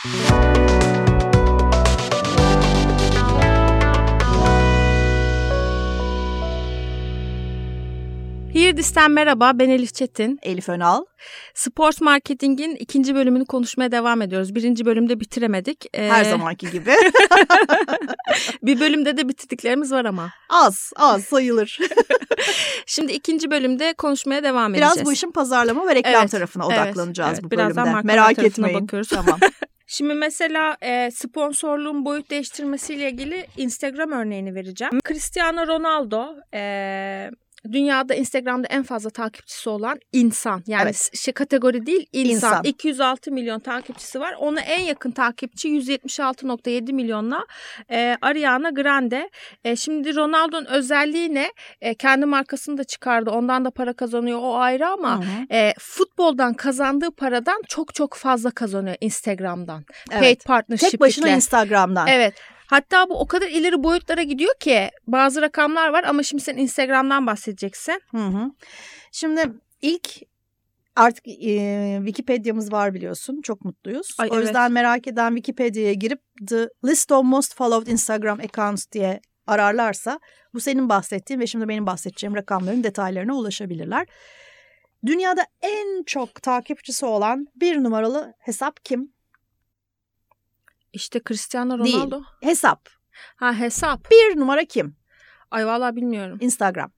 Here This'ten merhaba, ben Elif Çetin. Elif Önal. Sports Marketing'in 2. bölümünü konuşmaya devam ediyoruz. 1. bölümde bitiremedik. Her zamanki gibi. Bir bölümde de bitirdiklerimiz var ama. Az sayılır. Şimdi 2. bölümde konuşmaya devam edeceğiz. Biraz bu işin pazarlama ve reklam tarafına odaklanacağız bu bölümde. Birazdan merak etmeyin. Bakıyoruz. Tamam. Şimdi mesela sponsorluğun boyut değiştirmesiyle ilgili Instagram örneğini vereceğim. Cristiano Ronaldo dünyada Instagram'da en fazla takipçisi olan insan. Yani kategori değil, insan. 206 milyon takipçisi var. Ona en yakın takipçi 176.7 milyonla Ariana Grande. Şimdi Ronaldo'nun özelliği ne? Kendi markasını da çıkardı. Ondan da para kazanıyor, o ayrı ama futboldan kazandığı paradan çok fazla kazanıyor Instagram'dan. Evet. Paid partnership. Tek başına Instagram'dan. Evet. Hatta bu o kadar ileri boyutlara gidiyor ki bazı rakamlar var ama şimdi sen Instagram'dan bahsedeceksin. Şimdi ilk artık Wikipedia'mız var biliyorsun. Çok mutluyuz. O yüzden merak eden Wikipedia'ya girip The List of Most Followed Instagram Accounts diye ararlarsa bu senin bahsettiğin ve şimdi benim bahsedeceğim rakamların detaylarına ulaşabilirler. Dünyada en çok takipçisi olan 1 numaralı hesap kim? İşte Cristiano Ronaldo. Değil. Hesap. Hesap. 1 numara kim? Ay vallahi bilmiyorum. Instagram.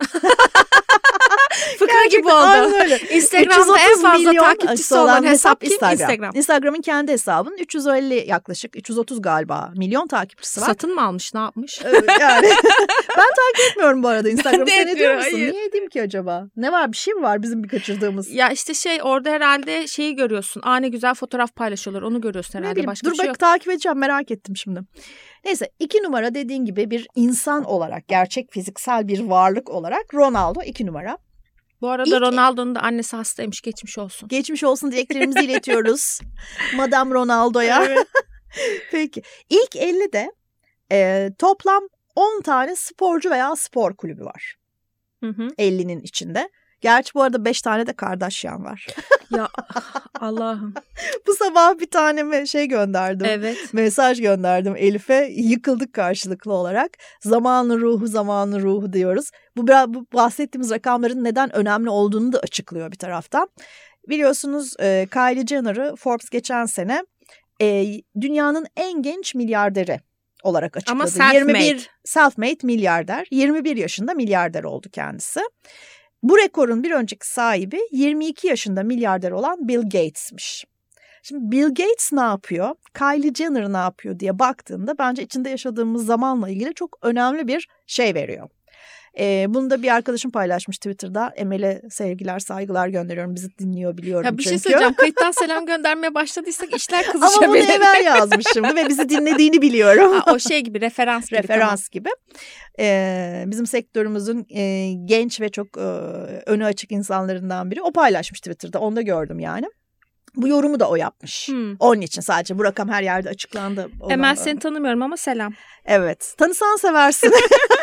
Fıkra gibi oldu. Öyle. Instagram'da en fazla takipçisi olan hesap kim? Instagram. Instagram'ın kendi hesabının 350 yaklaşık 330 galiba milyon takipçisi var. Satın mı almış, ne yapmış? Yani ben takip etmiyorum bu arada Instagram'ı. Sen ediyor musun? Hayır. Niye edeyim ki acaba? Ne var, bir şey mi var bizim bir kaçırdığımız? Ya işte orada herhalde şeyi görüyorsun. Ne güzel fotoğraf paylaşıyorlar, onu görüyorsun herhalde. Bileyim, başka bir şey yok. Takip edeceğim, merak ettim şimdi. Neyse 2 numara dediğin gibi bir insan olarak, gerçek fiziksel bir varlık olarak Ronaldo 2 numara. Bu arada Ronaldo'nun da annesi hastaymış, geçmiş olsun. Geçmiş olsun dileklerimizi iletiyoruz Madame Ronaldo'ya. Evet. Peki ilk 50'de toplam 10 tane sporcu veya spor kulübü var. 50'nin içinde. Gerçi bu arada 5 tane de Kardashian var. Ya Allah'ım. Bu sabah bir tane gönderdim. Evet. Mesaj gönderdim Elif'e. Yıkıldık karşılıklı olarak. Zamanın ruhu diyoruz. Bu bahsettiğimiz rakamların neden önemli olduğunu da açıklıyor bir taraftan. Biliyorsunuz Kylie Jenner'ı Forbes geçen sene dünyanın en genç milyarderi olarak açıkladı. Ama self-made. Self-made milyarder. 21 yaşında milyarder oldu kendisi. Bu rekorun bir önceki sahibi 22 yaşında milyarder olan Bill Gates'miş. Şimdi Bill Gates ne yapıyor? Kylie Jenner ne yapıyor diye baktığında bence içinde yaşadığımız zamanla ilgili çok önemli bir şey veriyor. Bunu da bir arkadaşım paylaşmış Twitter'da. Emel'e sevgiler, saygılar gönderiyorum. Bizi dinliyor biliyorum çünkü. Bir şey söyleyeceğim. Kayıttan selam göndermeye başladıysak işler kızışabilir. Ama bunu evvel yazmışım ve bizi dinlediğini biliyorum. O gibi referans gibi. Referans gibi. Bizim sektörümüzün genç ve çok önü açık insanlarından biri. O paylaşmış Twitter'da. Onu da gördüm yani. Bu yorumu da o yapmış. Onun için sadece bu rakam her yerde açıklandı. Emel seni tanımıyorum ama selam. Evet. Tanısan seversin.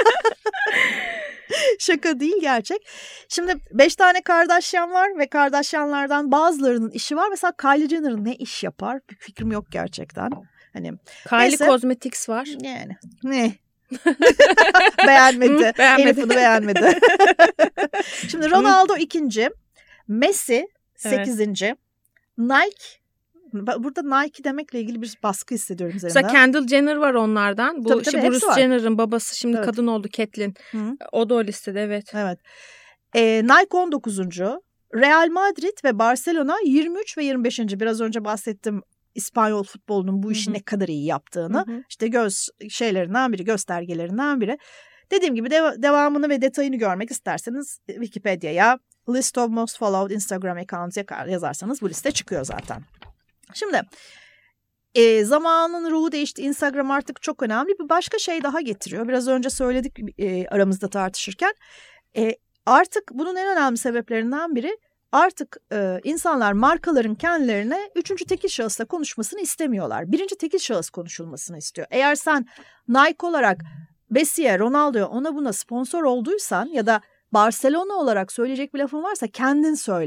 Şaka değil, gerçek. Şimdi 5 tane Kardashian var ve Kardashianlardan bazılarının işi var. Mesela Kylie Jenner'ın ne iş yapar? Bir fikrim yok gerçekten. Kylie Cosmetics var. Yani ne? Beğenmedi. Elif bunu beğenmedi. Şimdi Ronaldo 2. Messi 8. Evet. Nike. Burada Nike demekle ilgili bir baskı hissediyorum üzerinde. Mesela Kendall Jenner var onlardan. Bu tabii, Bruce Jenner'ın babası şimdi evet. Kadın oldu, Caitlyn. O da o listede, evet. Evet. Nike 19. Real Madrid ve Barcelona 23 ve 25. Biraz önce bahsettim İspanyol futbolunun bu işi ne kadar iyi yaptığını. İşte göstergelerinden biri. Dediğim gibi devamını ve detayını görmek isterseniz Wikipedia'ya List of Most Followed Instagram Accounts yazarsanız bu liste çıkıyor zaten. Şimdi zamanın ruhu değişti. Instagram artık çok önemli. Bir başka şey daha getiriyor. Biraz önce söyledik aramızda tartışırken. Artık bunun en önemli sebeplerinden biri artık insanlar markaların kendilerine 3. tekil şahısla konuşmasını istemiyorlar. 1. tekil şahıs konuşulmasını istiyor. Eğer sen Nike olarak Messi'ye, Ronaldo'ya, ona buna sponsor olduysan ya da Barcelona olarak söyleyecek bir lafın varsa kendin söyle.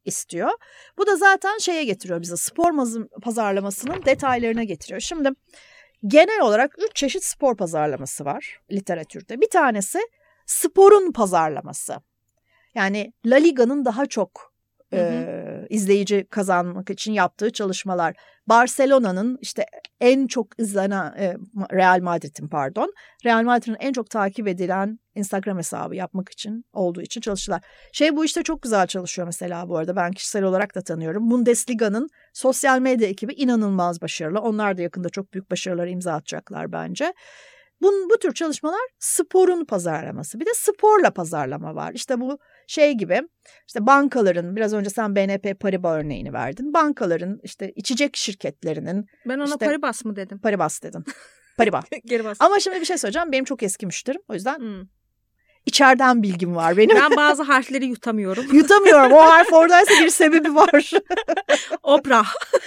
istiyor. Bu da zaten şeye getiriyor bizi, spor pazarlamasının detaylarına getiriyor. Şimdi genel olarak 3 çeşit spor pazarlaması var literatürde. Bir tanesi sporun pazarlaması. Yani La Liga'nın daha çok izleyici kazanmak için yaptığı çalışmalar. Barcelona'nın işte en çok izlenen Real Madrid'in en çok takip edilen Instagram hesabı yapmak için olduğu için çalıştılar. Bu işte çok güzel çalışıyor mesela bu arada. Ben kişisel olarak da tanıyorum. Bundesliga'nın sosyal medya ekibi inanılmaz başarılı. Onlar da yakında çok büyük başarılara imza atacaklar bence. Bu tür çalışmalar sporun pazarlaması. Bir de sporla pazarlama var. İşte bu gibi, işte bankaların, biraz önce sen BNP Paribas örneğini verdin. Bankaların, işte içecek şirketlerinin. Ben ona işte, Paribas mı dedim? Paribas dedin. Paribas. Geri bas. Ama şimdi bir şey söyleyeceğim. Benim çok eski müşterim. O yüzden içeriden bilgim var benim. Ben bazı harfleri yutamıyorum. Yutamıyorum. O harf oradaysa bir sebebi var. Opera.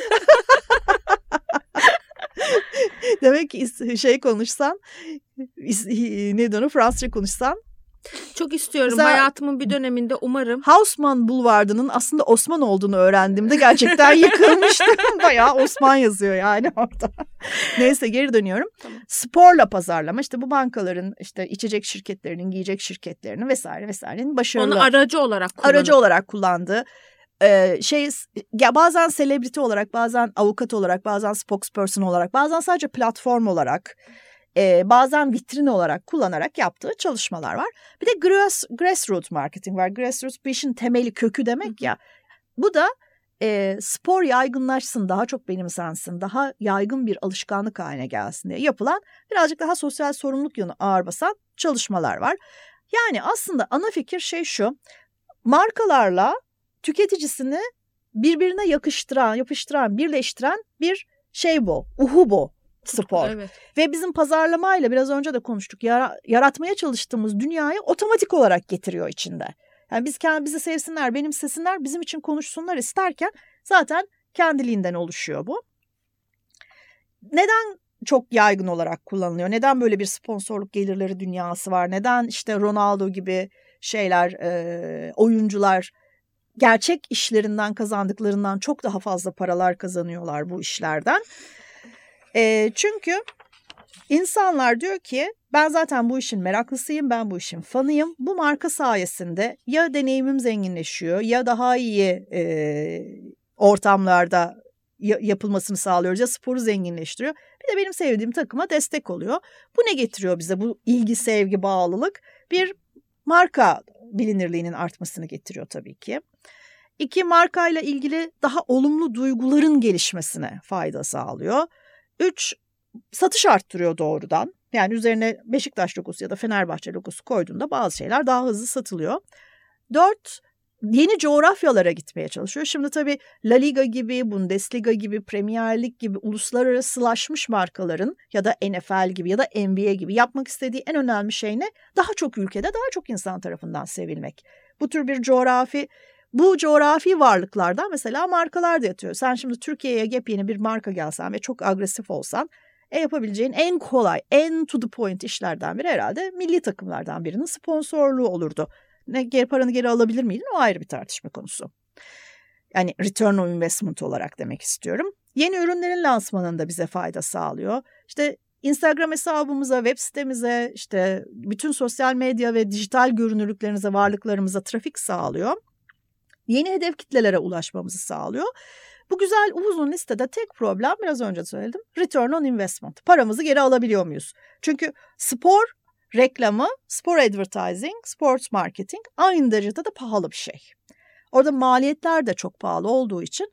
Demek ki konuşsan, neydi onu, Fransızca konuşsan. Çok istiyorum. Mesela, hayatımın bir döneminde umarım. Haussmann Bulvarı'nın aslında Osman olduğunu öğrendiğimde gerçekten yıkılmıştım. Bayağı Osman yazıyor yani orada. Neyse, geri dönüyorum. Tamam. Sporla pazarlama, işte bu bankaların, işte içecek şirketlerinin, giyecek şirketlerinin vesairenin başarılı. Onu aracı olarak kullandığı. Bazen celebrity olarak, bazen avukat olarak, bazen spokesperson olarak, bazen sadece platform olarak, bazen vitrin olarak kullanarak yaptığı çalışmalar var. Bir de grassroots marketing var. Grassroots bir işin temeli, kökü demek ya. Bu da spor yaygınlaşsın, daha çok benimsensin, daha yaygın bir alışkanlık haline gelsin diye yapılan, birazcık daha sosyal sorumluluk yönü ağır basan çalışmalar var. Yani aslında ana fikir şu: markalarla tüketicisini birbirine yapıştıran, birleştiren bir bu. Bu spor. Evet. Ve bizim pazarlamayla biraz önce de konuştuk. Yaratmaya çalıştığımız dünyayı otomatik olarak getiriyor içinde. Yani bizi sevsinler, benimsesinler, bizim için konuşsunlar isterken zaten kendiliğinden oluşuyor bu. Neden çok yaygın olarak kullanılıyor? Neden böyle bir sponsorluk gelirleri dünyası var? Neden işte Ronaldo gibi oyuncular gerçek işlerinden kazandıklarından çok daha fazla paralar kazanıyorlar bu işlerden? Çünkü insanlar diyor ki, ben zaten bu işin meraklısıyım, ben bu işin fanıyım. Bu marka sayesinde ya deneyimim zenginleşiyor, ya daha iyi ortamlarda yapılmasını sağlıyoruz, ya sporu zenginleştiriyor. Bir de benim sevdiğim takıma destek oluyor. Bu ne getiriyor bize? Bu ilgi, sevgi, bağlılık bir marka bilinirliğinin artmasını getiriyor tabii ki. 2, markayla ilgili daha olumlu duyguların gelişmesine fayda sağlıyor. 3, satış arttırıyor doğrudan. Yani üzerine Beşiktaş logosu ya da Fenerbahçe logosu koyduğunda bazı şeyler daha hızlı satılıyor. 4, yeni coğrafyalara gitmeye çalışıyor. Şimdi tabii La Liga gibi, Bundesliga gibi, Premier Lig gibi uluslararasılaşmış markaların ya da NFL gibi ya da NBA gibi yapmak istediği en önemli şey ne? Daha çok ülkede, daha çok insan tarafından sevilmek. Bu tür bir bu coğrafi varlıklardan mesela markalar da yatıyor. Sen şimdi Türkiye'ye yepyeni bir marka gelsen ve çok agresif olsan, yapabileceğin en kolay, en to the point işlerden biri herhalde milli takımlardan birinin sponsorluğu olurdu. Paranı geri alabilir miydin? O ayrı bir tartışma konusu. Yani return on investment olarak demek istiyorum. Yeni ürünlerin lansmanında bize fayda sağlıyor. İşte Instagram hesabımıza, web sitemize, işte bütün sosyal medya ve dijital görünürlüklerinize, varlıklarımıza trafik sağlıyor. Yeni hedef kitlelere ulaşmamızı sağlıyor. Bu güzel uzun listede tek problem, biraz önce söyledim, return on investment. Paramızı geri alabiliyor muyuz? Çünkü spor reklamı, spor advertising, sports marketing aynı derecede de pahalı bir şey. Orada maliyetler de çok pahalı olduğu için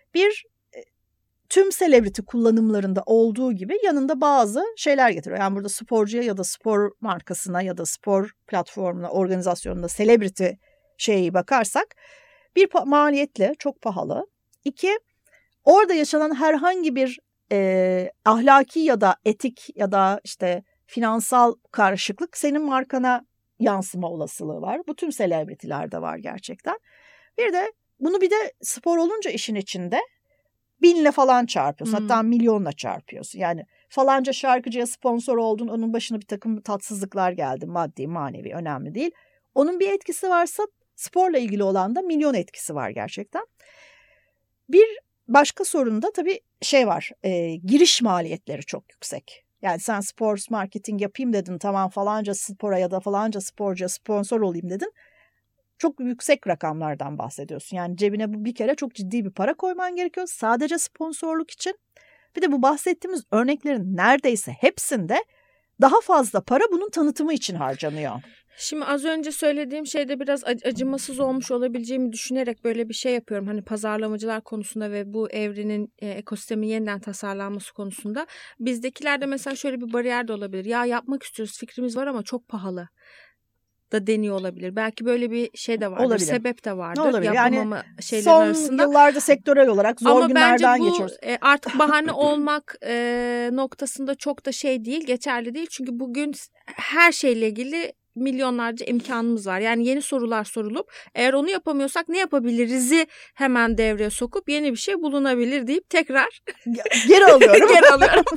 tüm celebrity kullanımlarında olduğu gibi yanında bazı şeyler getiriyor. Yani burada sporcuya ya da spor markasına ya da spor platformuna, organizasyonuna, celebrity bakarsak, bir maliyetle çok pahalı. 2, orada yaşanan herhangi bir ahlaki ya da etik ya da işte finansal karışıklık senin markana yansıma olasılığı var. Bu tüm celebrity'lerde var gerçekten. Bunu bir de spor olunca işin içinde 1000'le falan çarpıyorsun. Hatta milyonla çarpıyorsun. Yani falanca şarkıcıya sponsor oldun, onun başına bir takım tatsızlıklar geldi. Maddi, manevi, önemli değil. Onun bir etkisi varsa sporla ilgili olan da milyon etkisi var gerçekten. Bir başka sorun da tabii var, giriş maliyetleri çok yüksek. Yani sen spor marketing yapayım dedin, tamam falanca spora ya da falanca sporcuya sponsor olayım dedin. Çok yüksek rakamlardan bahsediyorsun. Yani cebine bu bir kere çok ciddi bir para koyman gerekiyor sadece sponsorluk için. Bir de bu bahsettiğimiz örneklerin neredeyse hepsinde daha fazla para bunun tanıtımı için harcanıyor. Şimdi az önce söylediğim şeyde biraz acımasız olmuş olabileceğimi düşünerek böyle bir şey yapıyorum. Hani pazarlamacılar konusunda ve bu evrenin ekosistemin yeniden tasarlanması konusunda. Bizdekilerde mesela şöyle bir bariyer de olabilir. Ya yapmak istiyoruz, fikrimiz var ama çok pahalı da deniyor olabilir. Belki böyle bir şey de vardır. Olabilir. Sebep de vardır. Olabilir. Yapamama yani şeyler son arasında. Yıllarda sektörel olarak zor ama günlerden bence bu, geçiyoruz. Artık bahane olmak noktasında çok da değil, geçerli değil. Çünkü bugün her şeyle ilgili milyonlarca imkanımız var. Yani yeni sorular sorulup eğer onu yapamıyorsak ne yapabiliriz'i hemen devreye sokup yeni bir şey bulunabilir deyip tekrar geri alıyorum. Geri alıyorum.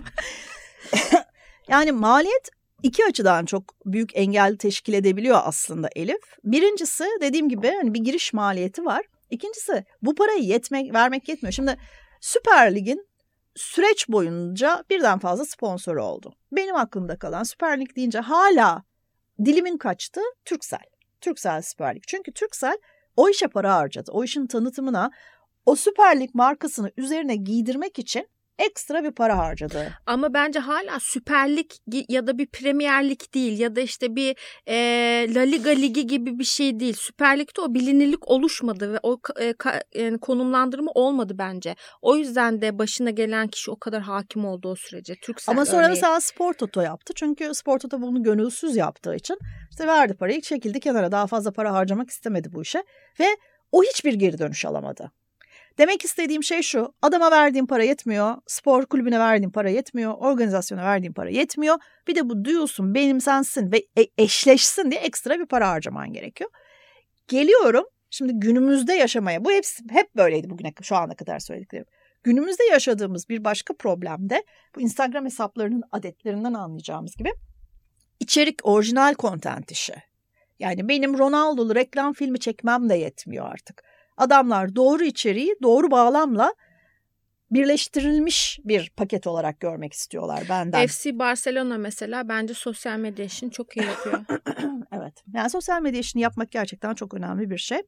Yani maliyet iki açıdan çok büyük engel teşkil edebiliyor aslında Elif. Birincisi dediğim gibi hani bir giriş maliyeti var. İkincisi bu parayı vermek yetmiyor. Şimdi Süper Lig'in süreç boyunca birden fazla sponsoru oldu. Benim aklımda kalan Süper Lig deyince hala dilimin kaçtı Turkcell. Turkcell Süper Lig. Çünkü Turkcell o işe para harcadı. O işin tanıtımına, o Süper Lig markasını üzerine giydirmek için ekstra bir para harcadı. Ama bence hala Süper Lig ya da bir Premier Lig değil ya da işte bir La Liga ligi gibi bir şey değil. Süper Lig'de o bilinirlik oluşmadı ve o yani konumlandırma olmadı bence. O yüzden de başına gelen kişi o kadar hakim oldu o sürece. Turkcell ama sonra mesela Spor Toto yaptı. Çünkü Spor Toto bunu gönülsüz yaptığı için işte verdi parayı, çekildi kenara, daha fazla para harcamak istemedi bu işe ve o hiçbir geri dönüş alamadı. Demek istediğim şey şu: adama verdiğim para yetmiyor, spor kulübüne verdiğim para yetmiyor, organizasyona verdiğim para yetmiyor. Bir de bu duyulsun, benimsensin ve eşleşsin diye ekstra bir para harcaman gerekiyor. Geliyorum şimdi günümüzde yaşamaya, bu hep böyleydi bugüne, şu ana kadar söylediklerim. Günümüzde yaşadığımız bir başka problem de bu Instagram hesaplarının adetlerinden anlayacağımız gibi içerik, orijinal content işi. Yani benim Ronaldo'lu reklam filmi çekmem de yetmiyor artık. Adamlar doğru içeriği doğru bağlamla birleştirilmiş bir paket olarak görmek istiyorlar benden. FC Barcelona mesela bence sosyal medya işini çok iyi yapıyor. Evet, yani sosyal medya işini yapmak gerçekten çok önemli bir şey.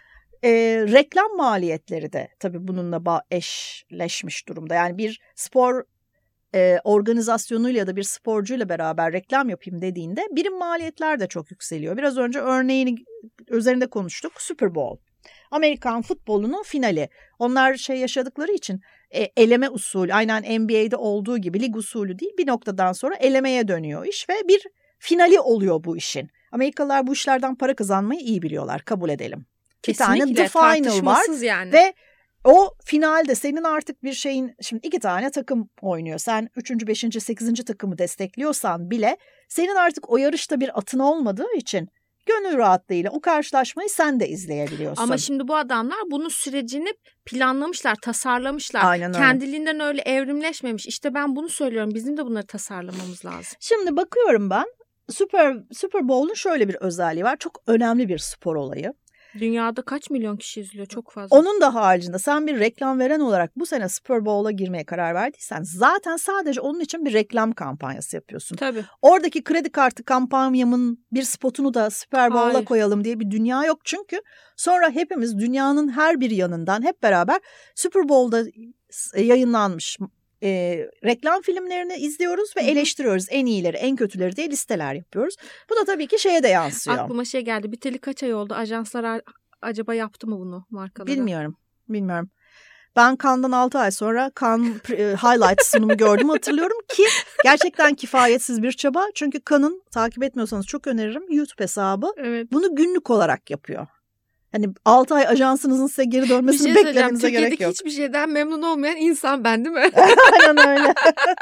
Reklam maliyetleri de tabii bununla eşleşmiş durumda. Yani bir spor organizasyonuyla ya da bir sporcuyla beraber reklam yapayım dediğinde birim maliyetler de çok yükseliyor. Biraz önce örneğini üzerinde konuştuk. Super Bowl. Amerikan futbolunun finali. Onlar yaşadıkları için eleme usulü, aynen NBA'de olduğu gibi lig usulü değil, bir noktadan sonra elemeye dönüyor iş ve bir finali oluyor bu işin. Amerikalılar bu işlerden para kazanmayı iyi biliyorlar, kabul edelim. Kesinlikle, bir tane The Final var yani. Ve o finalde senin artık bir şeyin, şimdi 2 tane takım oynuyor. Sen 3. 5. 8. takımı destekliyorsan bile senin artık o yarışta bir atın olmadığı için gönül rahatlığıyla o karşılaşmayı sen de izleyebiliyorsun. Ama şimdi bu adamlar bunun sürecini planlamışlar, tasarlamışlar. Aynen öyle. Kendiliğinden öyle evrimleşmemiş. İşte ben bunu söylüyorum. Bizim de bunları tasarlamamız lazım. Şimdi bakıyorum ben, Super Bowl'un şöyle bir özelliği var. Çok önemli bir spor olayı. Dünyada kaç milyon kişi izliyor? Çok fazla. Onun da haricinde sen bir reklam veren olarak bu sene Super Bowl'a girmeye karar verdiysen zaten sadece onun için bir reklam kampanyası yapıyorsun. Tabii. Oradaki kredi kartı kampanyamın bir spotunu da Super Bowl'a koyalım diye bir dünya yok. Çünkü sonra hepimiz dünyanın her bir yanından hep beraber Super Bowl'da yayınlanmış reklam filmlerini izliyoruz ve eleştiriyoruz. En iyileri, en kötüleri diye listeler yapıyoruz. Bu da tabii ki şeye de yansıyor. Aklıma geldi. Biteli kaç ay oldu? Ajanslar acaba yaptı mı bunu markalara? Bilmiyorum. Ben Cannes'dan 6 ay sonra Cannes Highlights sunumu gördüm, hatırlıyorum ki gerçekten kifayetsiz bir çaba. Çünkü Cannes'ın, takip etmiyorsanız çok öneririm, YouTube hesabı bunu günlük olarak yapıyor. Hani 6 ay ajansınızın size geri dönmesini beklemenize gerek yok. Türkiye'deki hiçbir şeyden memnun olmayan insan ben, değil mi? Aynen öyle.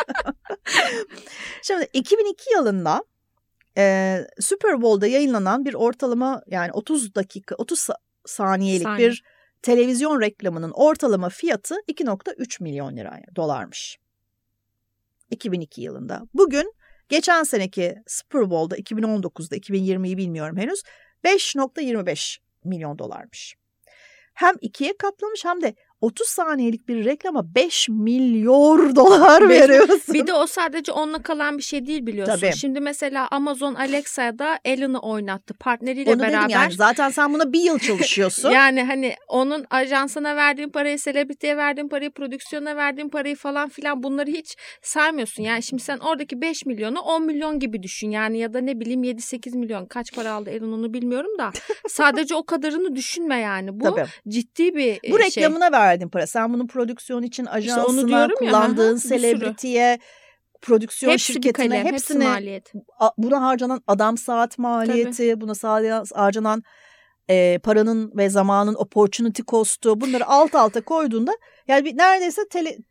Şimdi 2002 yılında Super Bowl'da yayınlanan bir ortalama, yani 30 saniyelik bir televizyon reklamının ortalama fiyatı 2.3 milyon dolarmış. 2002 yılında. Bugün geçen seneki Super Bowl'da 2019'da, 2020'yi bilmiyorum henüz, 5.25 milyon dolarmış. Hem 2'ye katlamış hem de 30 saniyelik bir reklama 5 milyon dolar veriyorsun. Bir de o sadece onunla kalan bir şey değil biliyorsun. Tabii. Şimdi mesela Amazon Alexa'da Ellen'ı oynattı partneriyle Onu beraber. dedim yani zaten sen buna bir yıl çalışıyorsun. Yani hani onun ajansına verdiğin parayı, selebritiye verdiğin parayı, prodüksiyona verdiğin parayı falan filan bunları hiç saymıyorsun. Yani şimdi sen oradaki 5 milyonu 10 milyon gibi düşün. Yani ya da ne bileyim 7-8 milyon kaç para aldı Ellen onu bilmiyorum da sadece o kadarını düşünme yani. Bu Tabii. ciddi bir Bu reklamına verdiğin para. Sen bunun prodüksiyon için ajansına kullandığın selebritiye, prodüksiyon hepsi şirketine hepsine maliyet. Buna harcanan adam saat maliyeti, tabii. Buna harcanan paranın ve zamanın opportunity cost'u bunları alt alta koyduğunda yani neredeyse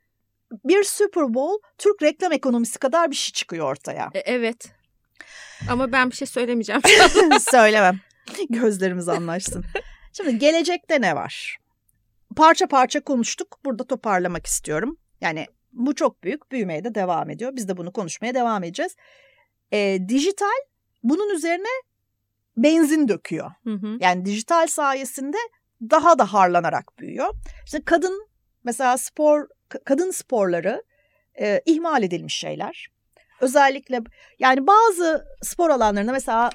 bir Super Bowl Türk reklam ekonomisi kadar bir şey çıkıyor ortaya. Evet. Ama ben bir şey söylemeyeceğim. Söylemem. Gözlerimiz anlaşsın. Şimdi gelecekte ne var? Parça parça konuştuk. Burada toparlamak istiyorum. Yani bu çok büyük. Büyümeye de devam ediyor. Biz de bunu konuşmaya devam edeceğiz. Dijital bunun üzerine benzin döküyor. Hı. Yani dijital sayesinde daha da harlanarak büyüyor. İşte mesela kadın sporları ihmal edilmiş şeyler. Özellikle yani bazı spor alanlarında mesela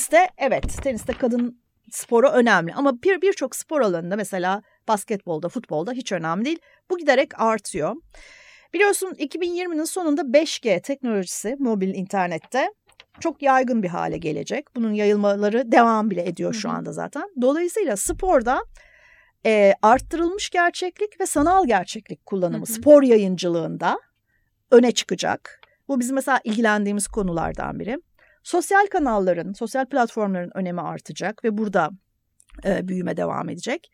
teniste kadın sporu önemli ama birçok spor alanında mesela basketbolda, futbolda hiç önemli değil. Bu giderek artıyor. Biliyorsun 2020'nin sonunda 5G teknolojisi mobil internette çok yaygın bir hale gelecek. Bunun yayılmaları devam bile ediyor şu anda zaten. Dolayısıyla sporda arttırılmış gerçeklik ve sanal gerçeklik kullanımı spor yayıncılığında öne çıkacak. Bu bizim mesela ilgilendiğimiz konulardan biri. Sosyal kanalların, sosyal platformların önemi artacak ve burada büyüme devam edecek.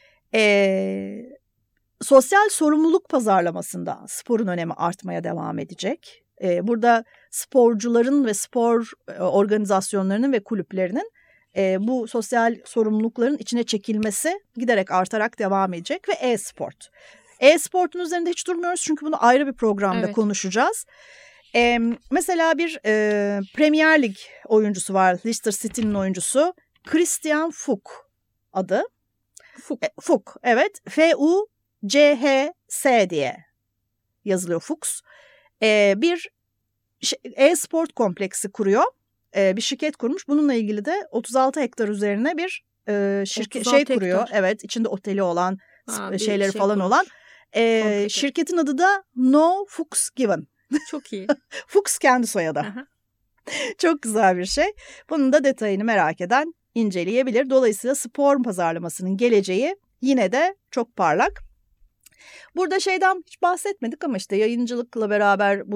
Sosyal sorumluluk pazarlamasında sporun önemi artmaya devam edecek. Burada sporcuların ve spor organizasyonlarının ve kulüplerinin bu sosyal sorumlulukların içine çekilmesi giderek artarak devam edecek ve e-sport. E-sportun üzerinde hiç durmuyoruz çünkü bunu ayrı bir programda konuşacağız. Mesela bir Premier Lig oyuncusu var. Leicester City'nin oyuncusu. Christian Fuchs adı. Fuchs, evet. F-U-C-H-S diye yazılıyor Fuchs. Bir e-sport kompleksi kuruyor. Bir şirket kurmuş. Bununla ilgili de 36 hektar üzerine bir şirket kuruyor. Hektar. Evet, içinde oteli olan, şeyleri falan olan. Şirketin adı da No Fuchs Given. Çok iyi. Fuchs kendi soyadı. Çok güzel bir şey. Bunun da detayını merak eden inceleyebilir. Dolayısıyla spor pazarlamasının geleceği yine de çok parlak. Burada şeyden hiç bahsetmedik ama işte yayıncılıkla beraber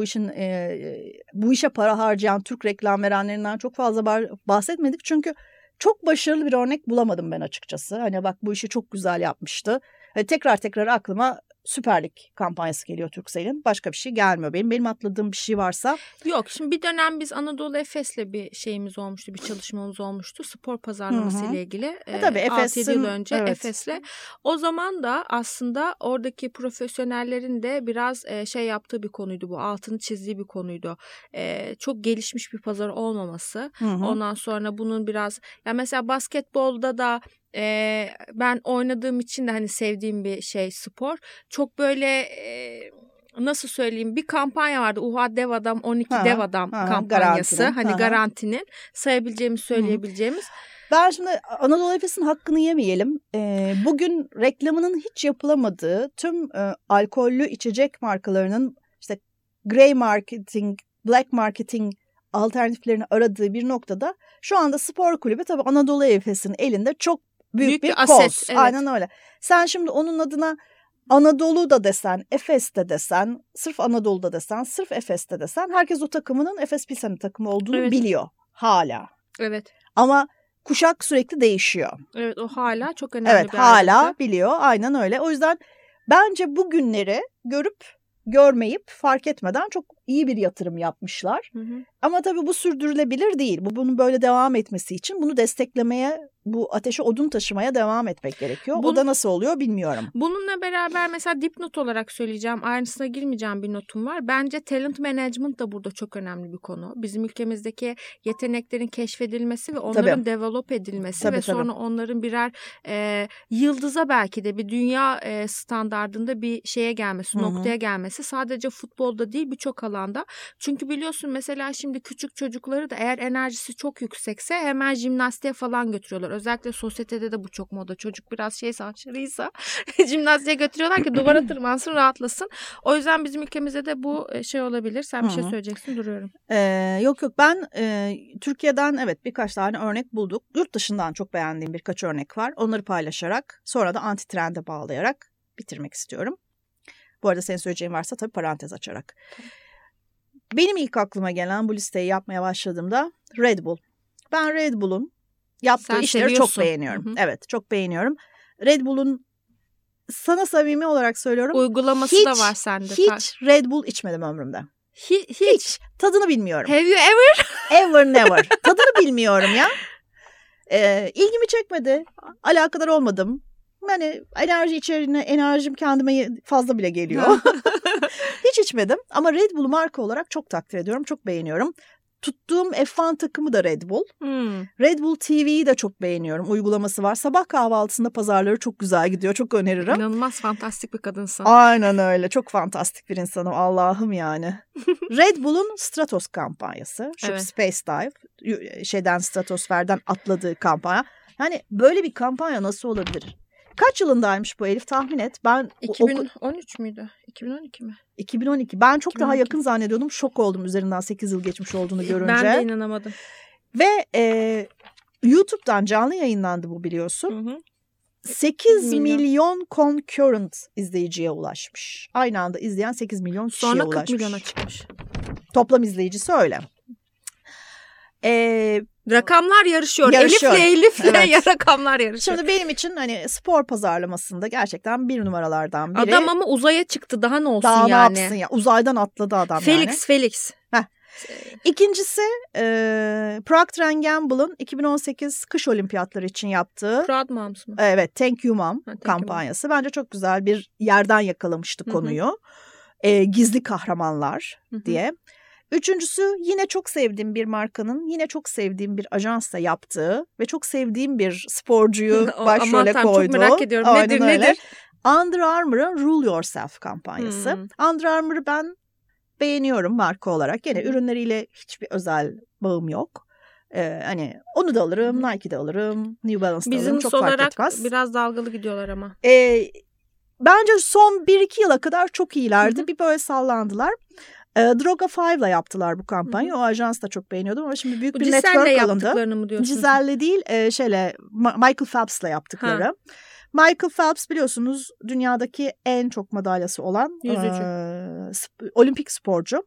bu işe para harcayan Türk reklam verenlerinden çok fazla bahsetmedik. Çünkü çok başarılı bir örnek bulamadım ben açıkçası. Hani bak bu işi çok güzel yapmıştı. Tekrar aklıma Süper Lig kampanyası geliyor Turkcell'in. Başka bir şey gelmiyor. Benim atladığım bir şey varsa. Yok, şimdi bir dönem biz Anadolu Efes'le bir şeyimiz olmuştu. Bir çalışmamız olmuştu. Spor pazarlaması ile ilgili. Tabii 6-7 yıl önce Efes'le. O zaman da aslında oradaki profesyonellerin de biraz şey yaptığı bir konuydu bu. Altını çizdiği bir konuydu. Çok gelişmiş bir pazar olmaması. Ondan sonra bunun biraz ya mesela basketbolda da ben oynadığım için de hani sevdiğim bir şey spor. Çok böyle nasıl söyleyeyim bir kampanya vardı. UHA Dev Adam 12 Dev Adam kampanyası. Garantinin. Hani garantinin sayabileceğimiz söyleyebileceğimiz. Ben şimdi Anadolu Efes'in hakkını yemeyelim. Bugün reklamının hiç yapılamadığı tüm alkollü içecek markalarının işte grey marketing, black marketing alternatiflerini aradığı bir noktada şu anda spor kulübü tabii Anadolu Efes'in elinde çok büyük bir aset. koz. Evet. Aynen öyle. Sen şimdi onun adına Anadolu da desen, Efes de desen, sırf Anadolu'da desen, sırf Efes'te desen herkes o takımının Efes Pilsen'in takımı olduğunu biliyor hala. Evet. Ama kuşak sürekli değişiyor. Evet, o hala çok önemli bir ayrıntı. Evet, hala biliyor. Aynen öyle. O yüzden bence bu günleri görüp görmeyip fark etmeden çok iyi bir yatırım yapmışlar. Hı hı. Ama tabii bu sürdürülebilir değil. Bunun böyle devam etmesi için bunu desteklemeye, bu ateşe odun taşımaya devam etmek gerekiyor. O da nasıl oluyor bilmiyorum. Bununla beraber mesela dipnot olarak söyleyeceğim, ayrıntısına girmeyeceğim bir notum var. Bence talent management da burada çok önemli bir konu. Bizim ülkemizdeki yeteneklerin keşfedilmesi ve onların develop edilmesi ve sonra onların birer yıldıza, belki de bir dünya standardında bir şeye gelmesi, noktaya gelmesi sadece futbolda değil, birçok alanda. Çünkü biliyorsun mesela şimdi küçük çocukları da eğer enerjisi çok yüksekse hemen jimnastiğe falan götürüyorlar. Özellikle sosyetede de bu çok moda. Çocuk biraz aşırıysa jimnastiğe götürüyorlar ki duvara tırmansın, rahatlasın. O yüzden bizim ülkemizde de bu şey olabilir. Sen bir şey söyleyeceksin, duruyorum. Yok ben Türkiye'den evet birkaç tane örnek bulduk. Yurt dışından çok beğendiğim birkaç örnek var. Onları paylaşarak sonra da anti-trend'e bağlayarak bitirmek istiyorum. Bu arada senin söyleyeceğin varsa tabii parantez açarak. Benim ilk aklıma gelen bu listeyi yapmaya başladığımda Red Bull. Ben Red Bull'un yaptığı işleri çok beğeniyorum. Hı-hı. Evet, çok beğeniyorum. Red Bull'un, sana samimi olarak söylüyorum, uygulaması da var sende. Hiç Red Bull içmedim ömrümde. Hiç. Tadını bilmiyorum. Have you ever? Ever never. Tadını bilmiyorum ya. İlgimi çekmedi. Alakadar olmadım. Yani enerji içeriğine, enerjim kendime fazla bile geliyor. Hiç içmedim ama Red Bull'u marka olarak çok takdir ediyorum. Çok beğeniyorum. Tuttuğum F1 takımı da Red Bull. Red Bull TV'yi de çok beğeniyorum. Uygulaması var. Sabah kahvaltısında pazarları çok güzel gidiyor. Çok öneririm. İnanılmaz fantastik bir kadınsın. Aynen öyle. Çok fantastik bir insanım. Allah'ım yani. Red Bull'un Stratos kampanyası. Şu Space Dive. Stratosfer'den atladığı kampanya. Yani böyle bir kampanya nasıl olabilir? Kaç yılındaymış bu Elif, tahmin et. Ben 2013 müydü? 2012 mi? 2012. Ben çok daha yakın zannediyordum. Şok oldum üzerinden 8 yıl geçmiş olduğunu görünce. Ben de inanamadım. Ve YouTube'dan canlı yayınlandı bu, biliyorsun. Hı hı. 8 milyon concurrent izleyiciye ulaşmış. Aynı anda izleyen 8 milyon kişiye ulaşmış. Sonra 40 milyona çıkmış. Toplam izleyicisi öyle. Rakamlar yarışıyor. Elif'le evet. Rakamlar yarışıyor. Şimdi benim için hani spor pazarlamasında gerçekten bir numaralardan biri. Adam ama uzaya çıktı, daha ne olsun daha yani. Daha ne yapsın ya, uzaydan atladı adam Felix. Heh. İkincisi Procter & Gamble'ın 2018 kış olimpiyatları için yaptığı Proud Moms mı? Evet, Thank You Mom kampanyası. Bence çok güzel bir yerden yakalamıştı konuyu. Gizli kahramanlar diye. Üçüncüsü yine çok sevdiğim bir markanın, yine çok sevdiğim bir ajansla yaptığı ve çok sevdiğim bir sporcuyu başrole koyduğu. Çok merak ediyorum. Nedir? Under Armour'ın Rule Yourself kampanyası. Under Armour'ı ben beğeniyorum marka olarak. Gene ürünleriyle hiçbir özel bağım yok. Hani onu da alırım, Nike'de alırım, New Balance'da alırım, çok fark etmez. Business olarak biraz dalgalı gidiyorlar ama. Bence son 1-2 yıla kadar çok iyilerdi. Bir böyle sallandılar. Droga 5'la yaptılar bu kampanyayı. O ajans da çok beğeniyordum ama şimdi büyük bir network alındı. Giselle'le yaptıklarını mı diyorsun? Giselle'le değil, Michael Phelps'la yaptıkları. Michael Phelps biliyorsunuz dünyadaki en çok madalyası olan olimpik sporcu.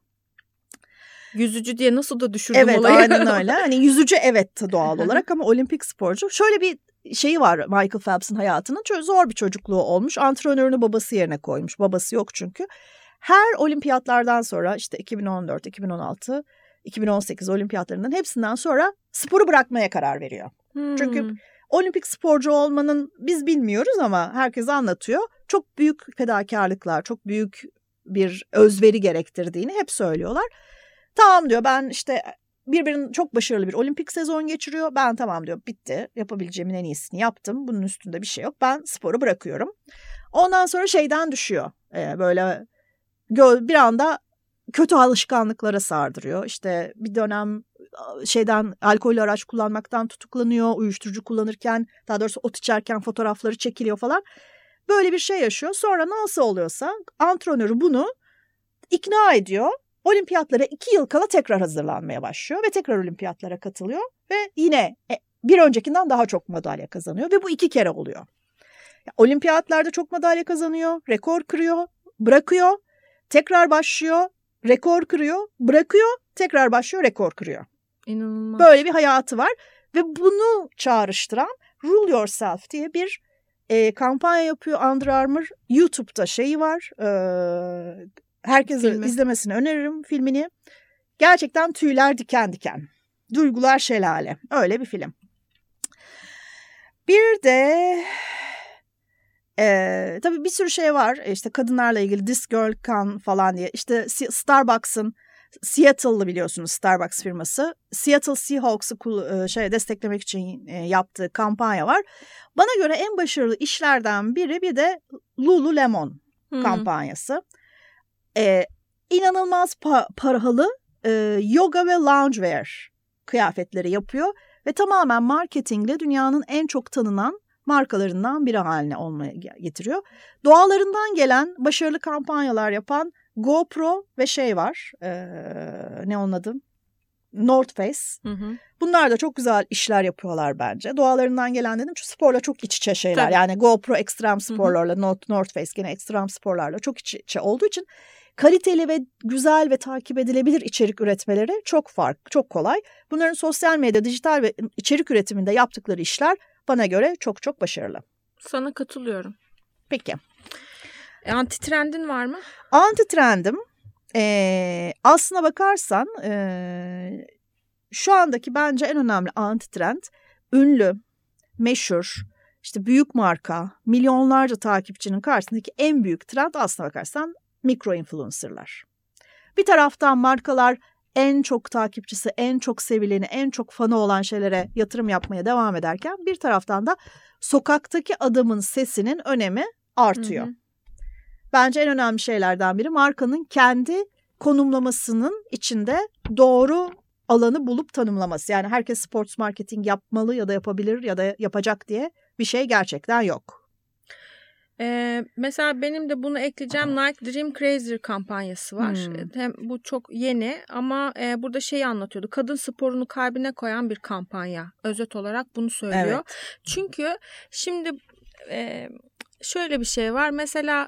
Yüzücü diye nasıl da düşürdüm olayı. Evet, aynen öyle. Hani yüzücü evet doğal olarak ama olimpik sporcu. Şöyle bir şeyi var Michael Phelps'ın hayatının. Çok zor bir çocukluğu olmuş. Antrenörünü babası yerine koymuş. Babası yok çünkü. Her olimpiyatlardan sonra işte 2014, 2016, 2018 olimpiyatlarından hepsinden sonra sporu bırakmaya karar veriyor. Çünkü olimpik sporcu olmanın, biz bilmiyoruz ama herkes anlatıyor, çok büyük fedakarlıklar, çok büyük bir özveri gerektirdiğini hep söylüyorlar. Tamam diyor, ben işte birbirinin çok başarılı bir olimpik sezon geçiriyor. Ben tamam diyor, bitti, yapabileceğimin en iyisini yaptım. Bunun üstünde bir şey yok. Ben sporu bırakıyorum. Ondan sonra şeyden düşüyor. Böyle bir anda kötü alışkanlıklara sardırıyor. İşte bir dönem alkollü araç kullanmaktan tutuklanıyor. Uyuşturucu kullanırken, daha doğrusu ot içerken fotoğrafları çekiliyor falan. Böyle bir şey yaşıyor. Sonra nasıl oluyorsa antrenörü bunu ikna ediyor. Olimpiyatlara 2 yıl kala tekrar hazırlanmaya başlıyor ve tekrar olimpiyatlara katılıyor ve yine bir öncekinden daha çok madalya kazanıyor ve bu 2 kere oluyor. Olimpiyatlarda çok madalya kazanıyor, rekor kırıyor, bırakıyor, tekrar başlıyor, rekor kırıyor, bırakıyor, tekrar başlıyor, rekor kırıyor. İnanılmaz. Böyle bir hayatı var ve bunu çağrıştıran Rule Yourself diye bir kampanya yapıyor Under Armour. YouTube'da şeyi var, Herkesin izlemesini öneririm filmini. Gerçekten tüyler diken diken. Duygular şelale. Öyle bir film. Bir de tabii bir sürü şey var. İşte kadınlarla ilgili This Girl Can falan diye. İşte Starbucks'ın Seattle'lı biliyorsunuz Starbucks firması. Seattle Seahawks'ı desteklemek için yaptığı kampanya var. Bana göre en başarılı işlerden biri bir de Lululemon kampanyası. İnanılmaz pahalı yoga ve loungewear kıyafetleri yapıyor ve tamamen marketingle dünyanın en çok tanınan markalarından biri haline olmaya getiriyor. Doğalarından gelen başarılı kampanyalar yapan GoPro ve şey var. Ne onun adı? North Face. Bunlar da çok güzel işler yapıyorlar bence. Doğalarından gelen dedim çünkü sporla çok iç içe şeyler. Tabii. Yani GoPro ekstrem sporlarla, North Face gene ekstrem sporlarla çok iç içe olduğu için kaliteli ve güzel ve takip edilebilir içerik üretmeleri çok kolay. Bunların sosyal medya, dijital ve içerik üretiminde yaptıkları işler bana göre çok çok başarılı. Sana katılıyorum. Peki. Anti trendin var mı? Anti trendim aslına bakarsan şu andaki bence en önemli anti trend ünlü, meşhur, işte büyük marka, milyonlarca takipçinin karşısındaki en büyük trend aslına bakarsan mikro influencerlar. Bir taraftan markalar en çok takipçisi, en çok sevileni, en çok fanı olan şeylere yatırım yapmaya devam ederken bir taraftan da sokaktaki adamın sesinin önemi artıyor. Bence en önemli şeylerden biri markanın kendi konumlamasının içinde doğru alanı bulup tanımlaması. Yani herkes sports marketing yapmalı ya da yapabilir ya da yapacak diye bir şey gerçekten yok. Mesela benim de bunu ekleyeceğim Nike Dream Crazier kampanyası var. Hem bu çok yeni ama burada şeyi anlatıyordu. Kadın sporunu kalbine koyan bir kampanya. Özet olarak bunu söylüyor. Evet. Çünkü şimdi şöyle bir şey var. Mesela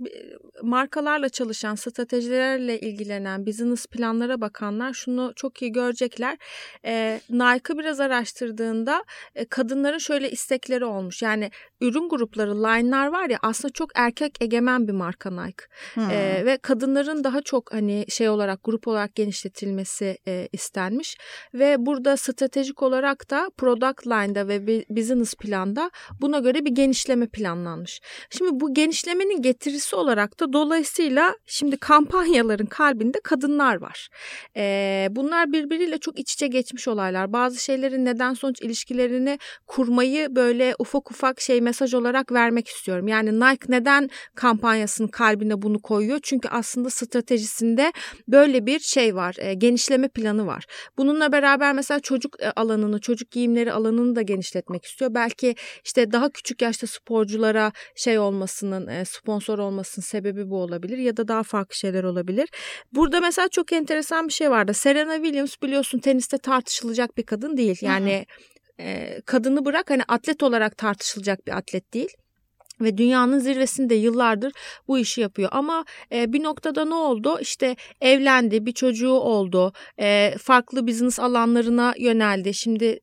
markalarla çalışan, stratejilerle ilgilenen, business planlara bakanlar şunu çok iyi görecekler. Nike'ı biraz araştırdığında kadınların şöyle istekleri olmuş. Yani ürün grupları, line'lar var ya aslında çok erkek egemen bir marka Nike. Ve kadınların daha çok hani şey olarak, grup olarak genişletilmesi istenmiş. Ve burada stratejik olarak da product line'da ve business planda buna göre bir genişleme planlanmış. Şimdi bu genişlemenin getirisi olarak da dolayısıyla şimdi kampanyaların kalbinde kadınlar var. Bunlar birbiriyle çok iç içe geçmiş olaylar. Bazı şeylerin neden sonuç ilişkilerini kurmayı böyle ufak ufak mesaj olarak vermek istiyorum. Yani Nike neden kampanyasının kalbine bunu koyuyor? Çünkü aslında stratejisinde böyle bir şey var. Genişleme planı var. Bununla beraber mesela çocuk alanını, çocuk giyimleri alanını da genişletmek istiyor. Belki işte daha küçük yaşta sporculara olmasının, sponsor olmasının sebebi bu olabilir ya da daha farklı şeyler olabilir. Burada mesela çok enteresan bir şey vardı. Serena Williams biliyorsun teniste tartışılacak bir kadın değil. Yani kadını bırak hani atlet olarak tartışılacak bir atlet değil. Ve dünyanın zirvesinde yıllardır bu işi yapıyor. Ama bir noktada ne oldu? İşte evlendi, bir çocuğu oldu, farklı business alanlarına yöneldi. Şimdi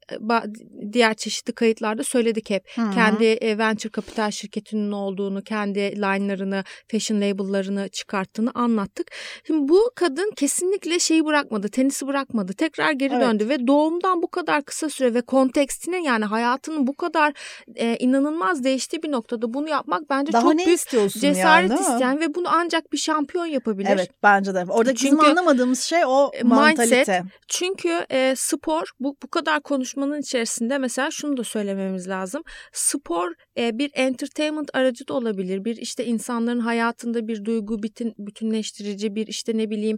diğer çeşitli kayıtlarda söyledik hep. Kendi venture kapital şirketinin olduğunu, kendi line'larını, fashion label'larını çıkarttığını anlattık. Şimdi bu kadın kesinlikle şeyi bırakmadı, tenisi bırakmadı. Tekrar geri döndü ve doğumdan bu kadar kısa süre ve kontekstine yani hayatının bu kadar inanılmaz değiştiği bir noktada bunu yapmak bence daha çok büyük cesaret isteyen ve bunu ancak bir şampiyon yapabilir. Evet bence de. Orada bizim anlamadığımız şey o mantalite. Çünkü spor bu kadar konuşmanın içerisinde mesela şunu da söylememiz lazım. Spor bir entertainment aracı da olabilir. Bir işte insanların hayatında bir duygu bütünleştirici bir işte ne bileyim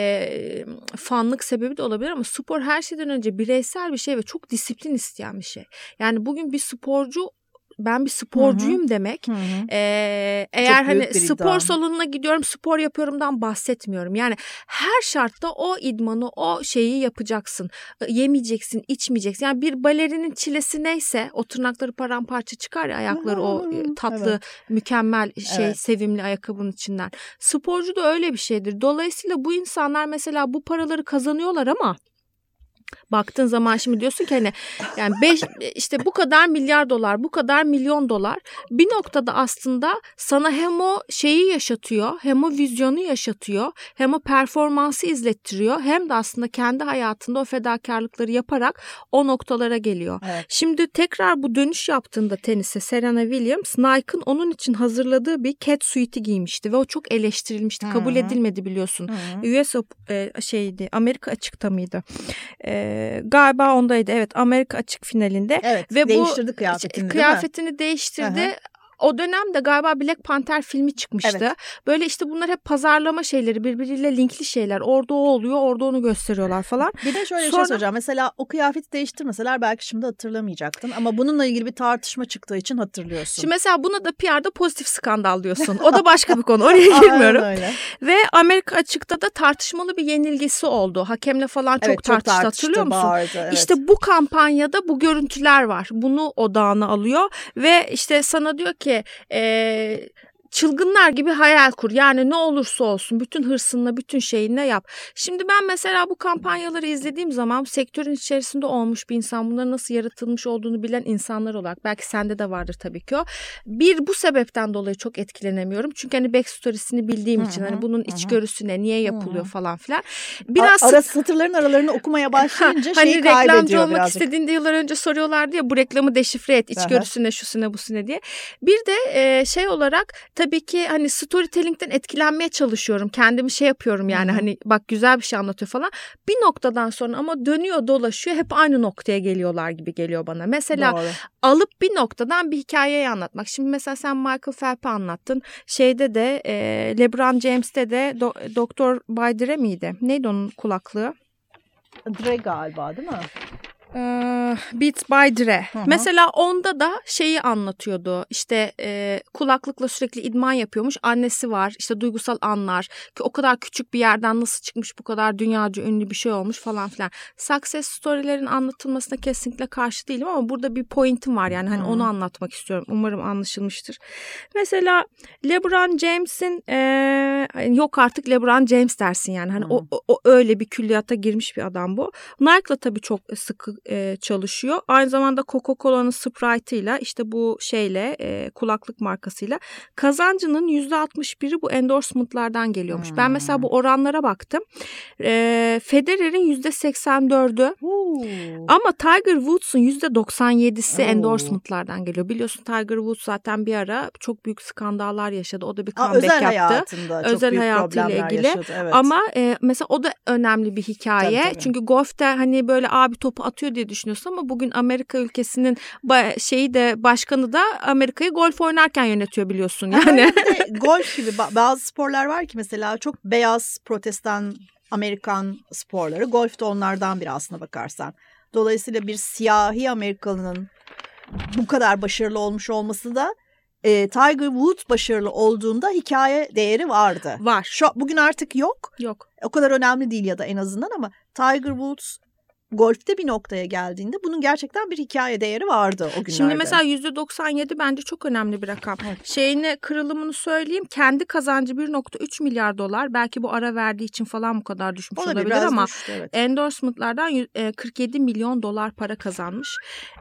fanlık sebebi de olabilir ama spor her şeyden önce bireysel bir şey ve çok disiplin isteyen bir şey. Yani bugün bir sporcu ben bir sporcuyum demek. Eğer hani spor salonuna gidiyorum, spor yapıyorumdan bahsetmiyorum. Yani her şartta o idmanı, o şeyi yapacaksın. Yemeyeceksin, içmeyeceksin. Yani bir balerinin çilesi neyse, o tırnakları paramparça çıkar ya ayakları o tatlı, mükemmel sevimli ayakkabının içinden. Sporcu da öyle bir şeydir. Dolayısıyla bu insanlar mesela bu paraları kazanıyorlar ama Baktığın zaman şimdi diyorsun ki hani yani işte bu kadar milyar dolar, bu kadar milyon dolar bir noktada aslında sana hem o şeyi yaşatıyor, hem o vizyonu yaşatıyor, hem o performansı izlettiriyor, hem de aslında kendi hayatında o fedakarlıkları yaparak o noktalara geliyor. Evet. Şimdi tekrar bu dönüş yaptığında tenise Serena Williams, Nike'ın onun için hazırladığı bir cat suite'i giymişti ve o çok eleştirilmişti. Hı-hı. Kabul edilmedi biliyorsun. US Amerika açıkta mıydı? Galiba ondaydı. Evet, Amerika açık finalinde. Evet, ve değiştirdi kıyafetini değiştirdi. Hı-hı. O dönemde galiba Black Panther filmi çıkmıştı. Evet. Böyle işte bunlar hep pazarlama şeyleri, birbiriyle linkli şeyler. Orada o oluyor, orada onu gösteriyorlar falan. Bir de şöyle bir şey söyleyeceğim. Mesela o kıyafeti değiştirmeseler belki şimdi hatırlamayacaktın. Ama bununla ilgili bir tartışma çıktığı için hatırlıyorsun. Şimdi mesela buna da PR'da pozitif skandal diyorsun. O da başka bir konu. Oraya girmiyorum. Ve Amerika açıkta da tartışmalı bir yenilgisi oldu. Hakemle falan çok tartıştı, hatırlıyor musun? Bağırdı, evet. İşte bu kampanyada bu görüntüler var. Bunu odağına alıyor ve işte sana diyor ki çılgınlar gibi hayal kur. Yani ne olursa olsun bütün hırsınla, bütün şeyinle yap. Şimdi ben mesela bu kampanyaları izlediğim zaman sektörün içerisinde olmuş bir insan, bunların nasıl yaratılmış olduğunu bilen insanlar olarak, belki sende de vardır tabii ki o. Bu sebepten dolayı çok etkilenemiyorum. Çünkü hani backstory'sini bildiğim için hani bunun içgörüsüne niye yapılıyor falan filan. Biraz satırların aralarını okumaya başlayınca hani şeyi kaybediyor reklamcı olmak birazcık. istediğinde yıllar önce soruyorlardı ya, bu reklamı deşifre et, içgörüsüne, şusune, busune diye. Bir de şey olarak tabii ki hani storytelling'den etkilenmeye çalışıyorum. Kendimi şey yapıyorum yani hani bak güzel bir şey anlatıyor falan. Bir noktadan sonra ama dönüyor dolaşıyor, hep aynı noktaya geliyorlar gibi geliyor bana. Mesela alıp bir noktadan bir hikayeyi anlatmak. Şimdi mesela sen Michael Phelps'i anlattın. Şeyde de LeBron James'te de Doktor Baydire miydi? Neydi onun kulaklığı? Dre galiba değil mi? Beats by Dre. Mesela onda da şeyi anlatıyordu. İşte kulaklıkla sürekli idman yapıyormuş. Annesi var. İşte duygusal anlar. Ki o kadar küçük bir yerden nasıl çıkmış, bu kadar dünyaca ünlü bir şey olmuş falan filan. Success story'lerin anlatılmasına kesinlikle karşı değilim ama burada bir pointim var yani. Hani onu anlatmak istiyorum. Umarım anlaşılmıştır. Mesela LeBron James'in yok artık LeBron James dersin yani. Hani o öyle bir külliyata girmiş bir adam bu. Nike'la tabii çok sıkı çalışıyor. Aynı zamanda Coca-Cola'nın Sprite'ıyla, işte bu şeyle kulaklık markasıyla kazancının %61'i bu endorsement'lardan geliyormuş. Ben mesela bu oranlara baktım. Federer'in %84'ü ama Tiger Woods'un %97'si endorsement'lardan geliyor. Biliyorsun Tiger Woods zaten bir ara çok büyük skandallar yaşadı. O da bir comeback yaptı. Özel hayatıyla ilgili. Yaşadı, evet. Ama mesela o da önemli bir hikaye. Tabii. Çünkü golfte hani böyle abi topu atıyor diye düşünüyorsun ama bugün Amerika ülkesinin başkanı da Amerika'yı golf oynarken yönetiyor biliyorsun yani. Golf gibi bazı sporlar var ki mesela çok beyaz protestan Amerikan sporları. Golf de onlardan biri aslına bakarsan. Dolayısıyla bir siyahi Amerikalının bu kadar başarılı olmuş olması da Tiger Woods başarılı olduğunda hikaye değeri vardı. Var. Bugün artık yok. Yok. O kadar önemli değil ya da en azından ama Tiger Woods golfte bir noktaya geldiğinde bunun gerçekten bir hikaye değeri vardı o günlerde. Şimdi mesela %97 bence çok önemli bir rakam. Evet. Kırılımını söyleyeyim. Kendi kazancı 1.3 milyar dolar. Belki bu ara verdiği için falan bu kadar düşmüş olabilir ama düştü, evet. Endorsement'lardan 47 milyon dolar para kazanmış.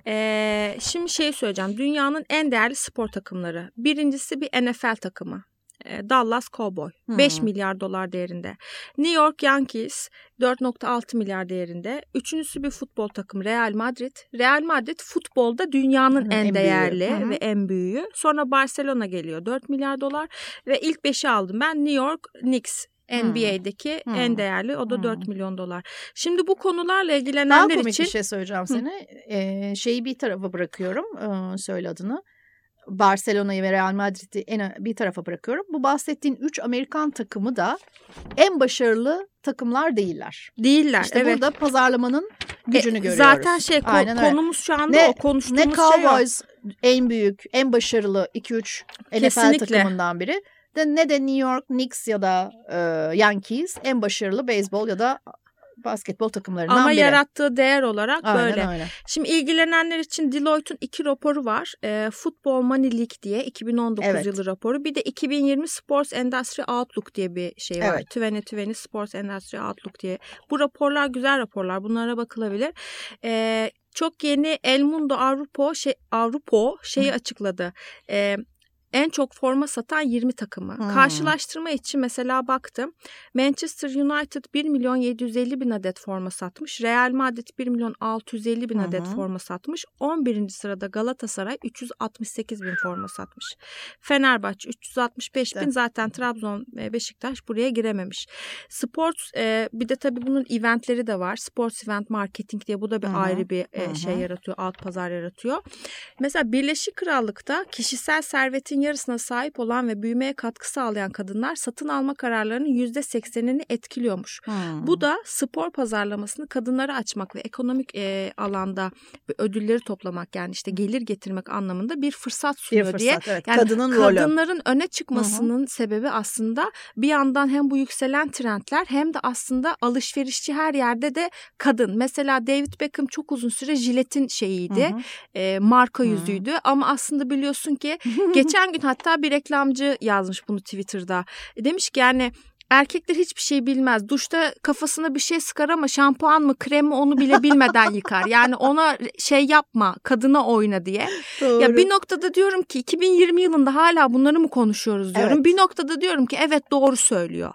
Şimdi söyleyeceğim. Dünyanın en değerli spor takımları. Birincisi bir NFL takımı. Dallas Cowboy 5 milyar dolar değerinde. New York Yankees 4.6 milyar değerinde. Üçüncüsü bir futbol takımı Real Madrid. Real Madrid futbolda dünyanın en değerli ve en büyüğü. Sonra Barcelona geliyor 4 milyar dolar ve ilk 5'i aldım ben. New York Knicks NBA'deki en değerli, o da 4 milyon dolar. Şimdi bu konularla ilgilenenler için... Daha komik bir şey söyleyeceğim sana. Şeyi bir tarafa bırakıyorum. Söyle adını. Barcelona'yı ve Real Madrid'i bir tarafa bırakıyorum. Bu bahsettiğin 3 Amerikan takımı da en başarılı takımlar değiller. Değiller, İşte evet. Burada pazarlamanın gücünü görüyoruz. Zaten konumuz şu anda o konuştuğumuz ne Cowboys en büyük, en başarılı 2-3 NFL takımından biri. Ne de New York Knicks ya da Yankees en başarılı beyzbol ya da basketbol takımlarından ama biri. yarattığı değer olarak Aynen böyle. öyle. Şimdi ilgilenenler için Deloitte'un 2 raporu var. Football Money League diye 2019 yılı raporu. Bir de 2020 Sports Industry Outlook diye bir şey var. 2020 Sports Industry Outlook diye. Bu raporlar güzel raporlar. Bunlara bakılabilir. Çok yeni El Mundo Avrupo şeyi açıkladı. En çok forma satan 20 takımı. Karşılaştırma için mesela baktım. Manchester United 1.750.000 adet forma satmış. Real Madrid 1.650.000 adet forma satmış. 11. sırada Galatasaray 368.000 forma satmış. Fenerbahçe 365.000. Zaten Trabzon ve Beşiktaş buraya girememiş. Sports bir de tabii bunun eventleri de var. Sports Event Marketing diye, bu da bir ayrı bir şey yaratıyor. Alt pazar yaratıyor. Mesela Birleşik Krallık'ta kişisel servetin yarısına sahip olan ve büyümeye katkı sağlayan kadınlar satın alma kararlarının %80'ini etkiliyormuş. Bu da spor pazarlamasını kadınlara açmak ve ekonomik alanda ödülleri toplamak, yani işte gelir getirmek anlamında bir fırsat sunuyor diye. Evet. Yani kadınların rolü. öne çıkmasının sebebi aslında bir yandan hem bu yükselen trendler hem de aslında alışverişçi her yerde de kadın. Mesela David Beckham çok uzun süre Gillette'in şeyiydi. Marka yüzüydü ama aslında biliyorsun ki geçen gün hatta bir reklamcı yazmış bunu Twitter'da. Demiş ki yani erkekler hiçbir şey bilmez. Duşta kafasına bir şey sıkar ama şampuan mı krem mi onu bile bilmeden yıkar. Yani ona şey yapma, kadına oyna diye. Doğru. Ya bir noktada diyorum ki 2020 yılında hala bunları mı konuşuyoruz diyorum. Evet. Bir noktada diyorum ki evet, doğru söylüyor.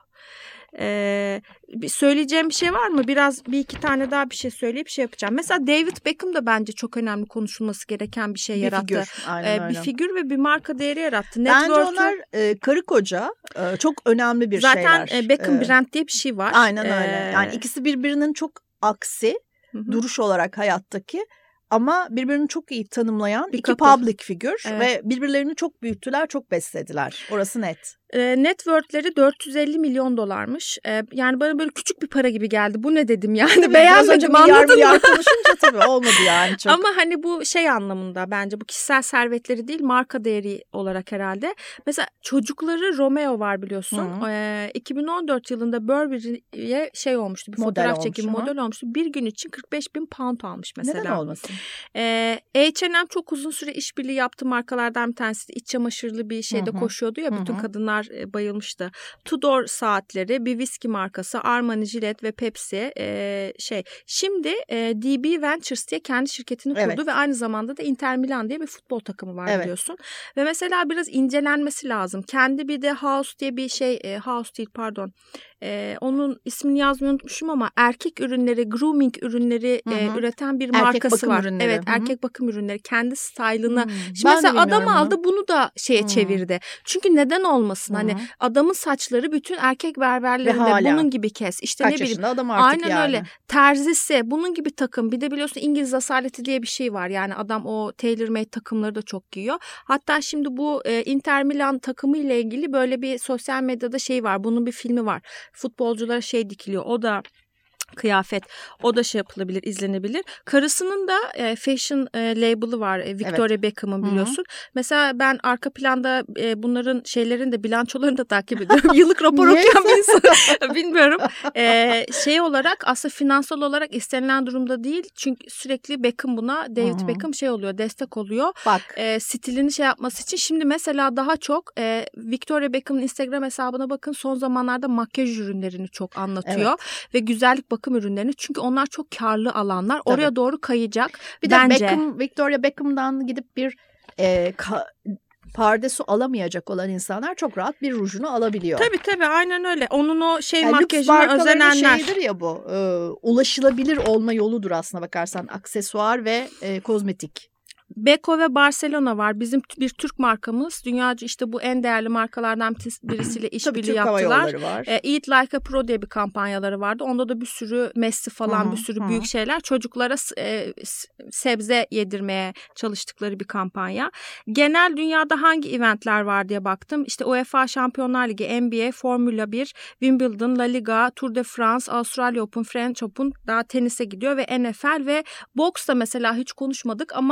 Söyleyeceğim bir şey var mı? Bir iki tane daha bir şey söyleyip şey yapacağım. Mesela David Beckham da bence çok önemli, konuşulması gereken bir şey yarattı. Figür. Aynen bir figür ve bir marka değeri yarattı. Bence onlar karı koca çok önemli bir şeyler. Zaten Beckham brand diye bir şey var. Aynen öyle. Yani ikisi birbirinin çok aksi duruş olarak hayattaki, ama birbirini çok iyi tanımlayan iki public figür ve birbirlerini çok büyüttüler, çok beslediler. Orası net. Net worth'leri 450 milyon dolarmış. Yani bana böyle küçük bir para gibi geldi. Bu ne dedim yani, beğenmedim, anladın mı? Konuşunca tabii olmadı yani çok. Ama hani bu şey anlamında, bence bu kişisel servetleri değil, marka değeri olarak herhalde. Mesela çocukları Romeo var biliyorsun. 2014 yılında Burberry'ye şey olmuştu. Bir fotoğraf çekimi model olmuştu. Bir gün için 45.000 pound almış mesela. Neden olmasın? H&M çok uzun süre işbirliği yaptığı markalardan bir tanesi. İç çamaşırlı bir şeyde koşuyordu ya, bütün kadınlar bayılmıştı. Tudor saatleri, bir viski markası, Armani, Gillette ve Pepsi şimdi DB Ventures diye kendi şirketini kurdu ve aynı zamanda da Inter Milan diye bir futbol takımı var biliyorsun. Ve mesela biraz incelenmesi lazım. Kendi bir de House diye bir şey, House değil pardon. Onun ismini yazmayı unutmuşum ama erkek ürünleri, grooming ürünleri üreten bir markası var. Ürünleri. Evet, erkek bakım ürünleri, kendi style'ını. Şimdi mesela adam aldı bunu da çevirdi. Çünkü neden olmasın? Hani adamın saçları bütün erkek berberlerinde bunun gibi kes. İşte kaç ne bileyim. yaşında adam artık aynen yani. Öyle. Terzisi bunun gibi takım. Bir de biliyorsun İngiliz asaleti diye bir şey var. Yani adam o tailor-made takımları da çok giyiyor. Hatta şimdi bu Inter Milan takımı ile ilgili böyle bir sosyal medyada şey var. Bunun bir filmi var. Futbolculara şey dikiliyor. O da kıyafet, o da şey yapılabilir, izlenebilir. Karısının da fashion label'ı var. Victoria Beckham'ın biliyorsun. Mesela ben arka planda bunların şeylerin de bilançolarını da takip ediyorum. Yıllık rapor okuyan bir insan. Bilmiyorum. Şey olarak aslında finansal olarak istenilen durumda değil. Çünkü sürekli Beckham buna, David Beckham şey oluyor, destek oluyor. Stilini şey yapması için. Şimdi mesela daha çok Victoria Beckham'ın Instagram hesabına bakın. Son zamanlarda makyaj ürünlerini çok anlatıyor. Ve güzellik bakım ürünlerini, çünkü onlar çok karlı alanlar. Tabii. Oraya doğru kayacak. Bir bence. de Victoria Beckham'dan gidip bir pardesü alamayacak olan insanlar çok rahat bir rujunu alabiliyor. Tabii aynen öyle. Onun o makyajına özenenler. Şeydir ya bu. Ulaşılabilir olma yoludur aslına bakarsan. Aksesuar ve kozmetik. Beko ve Barcelona var. Bizim bir Türk markamız. Dünyaca işte bu en değerli markalardan birisiyle işbirliği yaptılar. Eat Like a Pro diye bir kampanyaları vardı. Onda da bir sürü Messi falan bir sürü büyük şeyler. Çocuklara sebze yedirmeye çalıştıkları bir kampanya. Genel dünyada hangi eventler var diye baktım. İşte UEFA Şampiyonlar Ligi, NBA, Formula 1, Wimbledon, La Liga, Tour de France, Avustralya Open, French Open, daha tenise gidiyor ve NFL ve boksta mesela hiç konuşmadık ama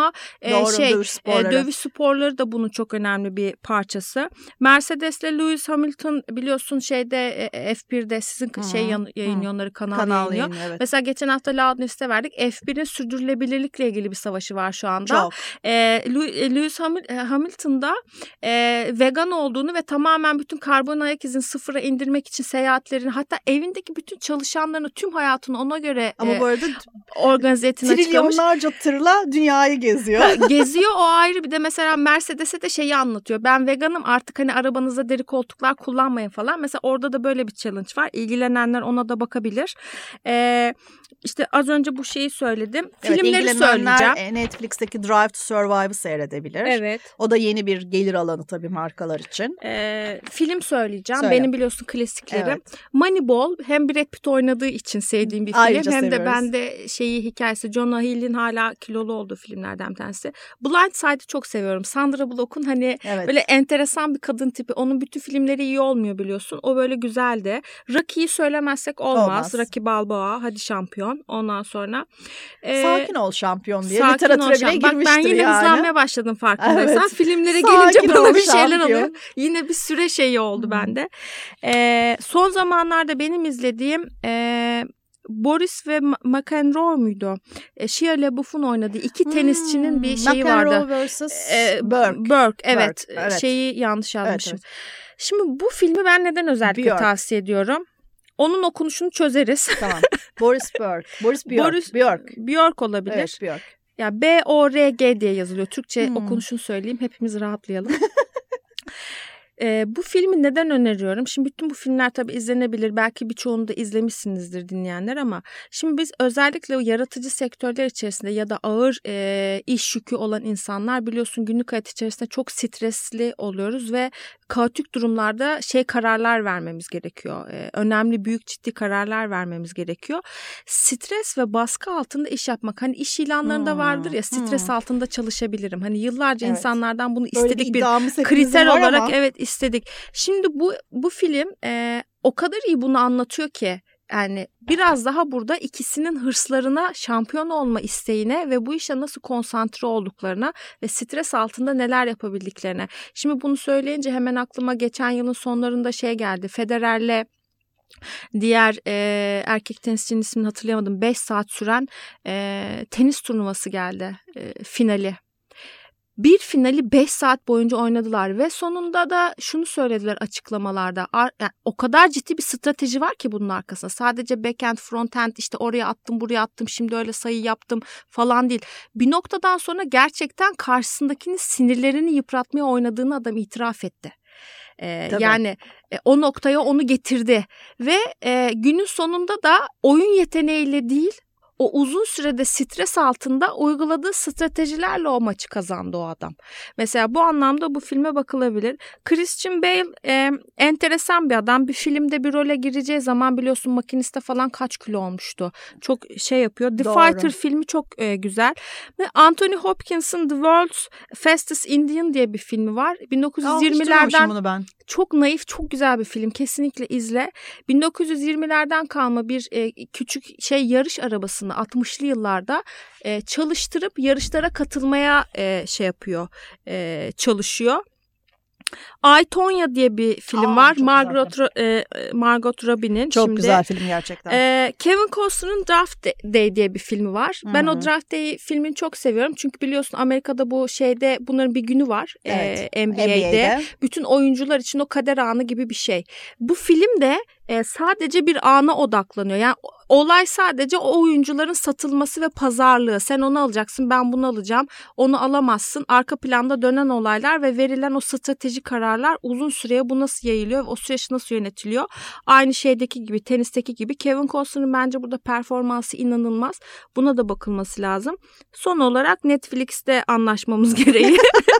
dövüş sporları da bunun çok önemli bir parçası. Mercedes'le Lewis Hamilton biliyorsun F1'de sizin yayınlıyorları kanal yayınlıyor. Evet. Mesela geçen hafta Loud News'te verdik. F1'in sürdürülebilirlikle ilgili bir savaşı var şu anda. Çok. Lewis Hamilton'da vegan olduğunu ve tamamen bütün karbon ayak izini sıfıra indirmek için seyahatlerini, hatta evindeki bütün çalışanlarını, tüm hayatını ona göre ama bu arada organize ettiğini açıklamış. Trilyonlarca tırla dünyayı geziyor. Geziyor, o ayrı. Bir de mesela Mercedes'e de şeyi anlatıyor. Ben veganım, artık hani arabanızda deri koltuklar kullanmayın falan. Mesela orada da böyle bir challenge var. İlgilenenler ona da bakabilir. İşte az önce bu şeyi söyledim. Evet, filmleri söyleyeceğim. Netflix'teki Drive to Survive'ı seyredebilir. Evet. O da yeni bir gelir alanı tabii markalar için. Film söyleyeceğim. Söyle. Benim biliyorsun klasiklerim. Evet. Moneyball hem Brad Pitt oynadığı için sevdiğim bir film. Ayrıca hem seviyoruz. de ben de hikayesi Jonah Hill'in hala kilolu olduğu filmlerden bir tanesi. Blind Side'ı çok seviyorum. Sandra Bullock'un hani böyle enteresan bir kadın tipi. Onun bütün filmleri iyi olmuyor biliyorsun. O böyle güzeldi. Rocky'yi söylemezsek olmaz. Rocky Balboa, hadi şampiyon. Ondan sonra sakin ol şampiyon diye literatüre bile girmiştir. Bak ben yine hızlanmaya başladım farkındaysan. Evet. Filmlere sakin gelince bana bir şeyler oluyor. Yine bir süre şeyi oldu bende. Son zamanlarda benim izlediğim Boris ve McEnroe muydu? Shia LaBeouf'un oynadığı iki tenisçinin bir şeyi vardı. McEnroe vs. Burke. Evet. Şeyi yanlış yazmışım. Evet. Şimdi bu filmi ben neden özellikle tavsiye ediyorum? Onun okunuşunu çözeriz. Tamam. Boris Björk. Björk olabilir. Evet, Björk. Ya B-O-R-G diye yazılıyor. Türkçe okunuşunu söyleyeyim. Hepimiz rahatlayalım. Bu filmi neden öneriyorum? Şimdi bütün bu filmler tabii izlenebilir. Belki birçoğunu da izlemişsinizdir dinleyenler ama şimdi biz özellikle o yaratıcı sektörler içerisinde ya da ağır iş yükü olan insanlar biliyorsun günlük hayat içerisinde çok stresli oluyoruz ve kaotik durumlarda kararlar vermemiz gerekiyor. Önemli, büyük, ciddi kararlar vermemiz gerekiyor. Stres ve baskı altında iş yapmak. Hani iş ilanlarında vardır ya, stres altında çalışabilirim. Hani yıllarca insanlardan bunu istedik, bir kriter olarak istedik. Şimdi bu film o kadar iyi bunu anlatıyor ki. Yani biraz daha burada ikisinin hırslarına, şampiyon olma isteğine ve bu işe nasıl konsantre olduklarına ve stres altında neler yapabildiklerine. Şimdi bunu söyleyince hemen aklıma geçen yılın sonlarında geldi. Federer'le diğer erkek tenisçinin ismini hatırlayamadım. 5 saat süren tenis turnuvası geldi, finali. Bir finali 5 saat boyunca oynadılar ve sonunda da şunu söylediler açıklamalarda. Yani o kadar ciddi bir strateji var ki bunun arkasında. Sadece backhand, fronthand, işte oraya attım, buraya attım, şimdi öyle sayı yaptım falan değil. Bir noktadan sonra gerçekten karşısındakinin sinirlerini yıpratmaya oynadığını adam itiraf etti. Yani o noktaya onu getirdi ve günün sonunda da oyun yeteneğiyle değil, o uzun sürede stres altında uyguladığı stratejilerle o maçı kazandı o adam. Mesela bu anlamda bu filme bakılabilir. Christian Bale enteresan bir adam. Bir filmde bir role gireceği zaman biliyorsun Makinist'te falan kaç kilo olmuştu. Çok yapıyor. The Fighter filmi çok güzel. Ve Anthony Hopkins'in The World's Fastest Indian diye bir filmi var. 1920'lerden çok naif, çok güzel bir film. Kesinlikle izle. 1920'lerden kalma bir küçük yarış arabasını 60'lı yıllarda çalıştırıp yarışlara katılmaya çalışıyor. I, Tonya diye bir film var. Margot Robbie'nin. Çok güzel film gerçekten. Kevin Costner'ın Draft Day diye bir filmi var. Ben o Draft Day filmini çok seviyorum. Çünkü biliyorsun Amerika'da bu bunların bir günü var. NBA'de. Bütün oyuncular için o kader anı gibi bir şey. Bu film de sadece bir ana odaklanıyor. Yani olay sadece o oyuncuların satılması ve pazarlığı. Sen onu alacaksın, ben bunu alacağım. Onu alamazsın. Arka planda dönen olaylar ve verilen o stratejik kararlar uzun süreye bu nasıl yayılıyor ve o süreç nasıl yönetiliyor? Aynı gibi, tenisteki gibi. Kevin Costner'ın bence burada performansı inanılmaz. Buna da bakılması lazım. Son olarak Netflix'te anlaşmamız gereği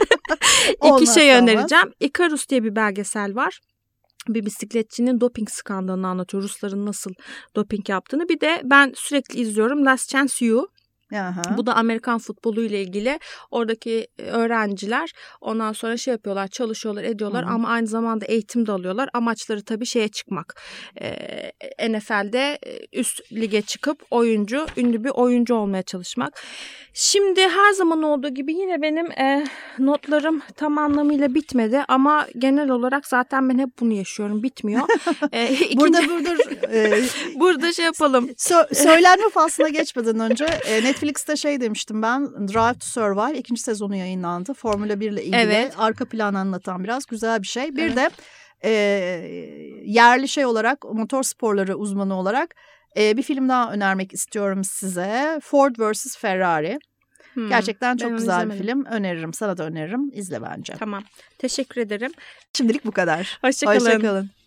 iki önereceğim. Icarus diye bir belgesel var. Bir bisikletçinin doping skandalını anlatıyor. Rusların nasıl doping yaptığını. Bir de ben sürekli izliyorum Last Chance U. Aha. Bu da Amerikan futbolu ile ilgili. Oradaki öğrenciler ondan sonra şey yapıyorlar, çalışıyorlar, ediyorlar ama aynı zamanda eğitim de alıyorlar. Amaçları tabii şeye çıkmak. NFL'de üst lige çıkıp ünlü bir oyuncu olmaya çalışmak. Şimdi her zaman olduğu gibi yine benim notlarım tam anlamıyla bitmedi ama genel olarak zaten ben hep bunu yaşıyorum. Bitmiyor. Burada şey yapalım. Söylenme faslına geçmeden önce Netflix'te şey demiştim ben, Drive to Survive 2. sezonu yayınlandı. Formula 1 ile ilgili arka plan anlatan biraz güzel bir şey. Bir de yerli şey olarak, motor sporları uzmanı olarak bir film daha önermek istiyorum size. Ford vs. Ferrari. Gerçekten çok güzel bir film. Öneririm. Sana da öneririm. İzle bence. Tamam. Teşekkür ederim. Şimdilik bu kadar. Hoşça kalın.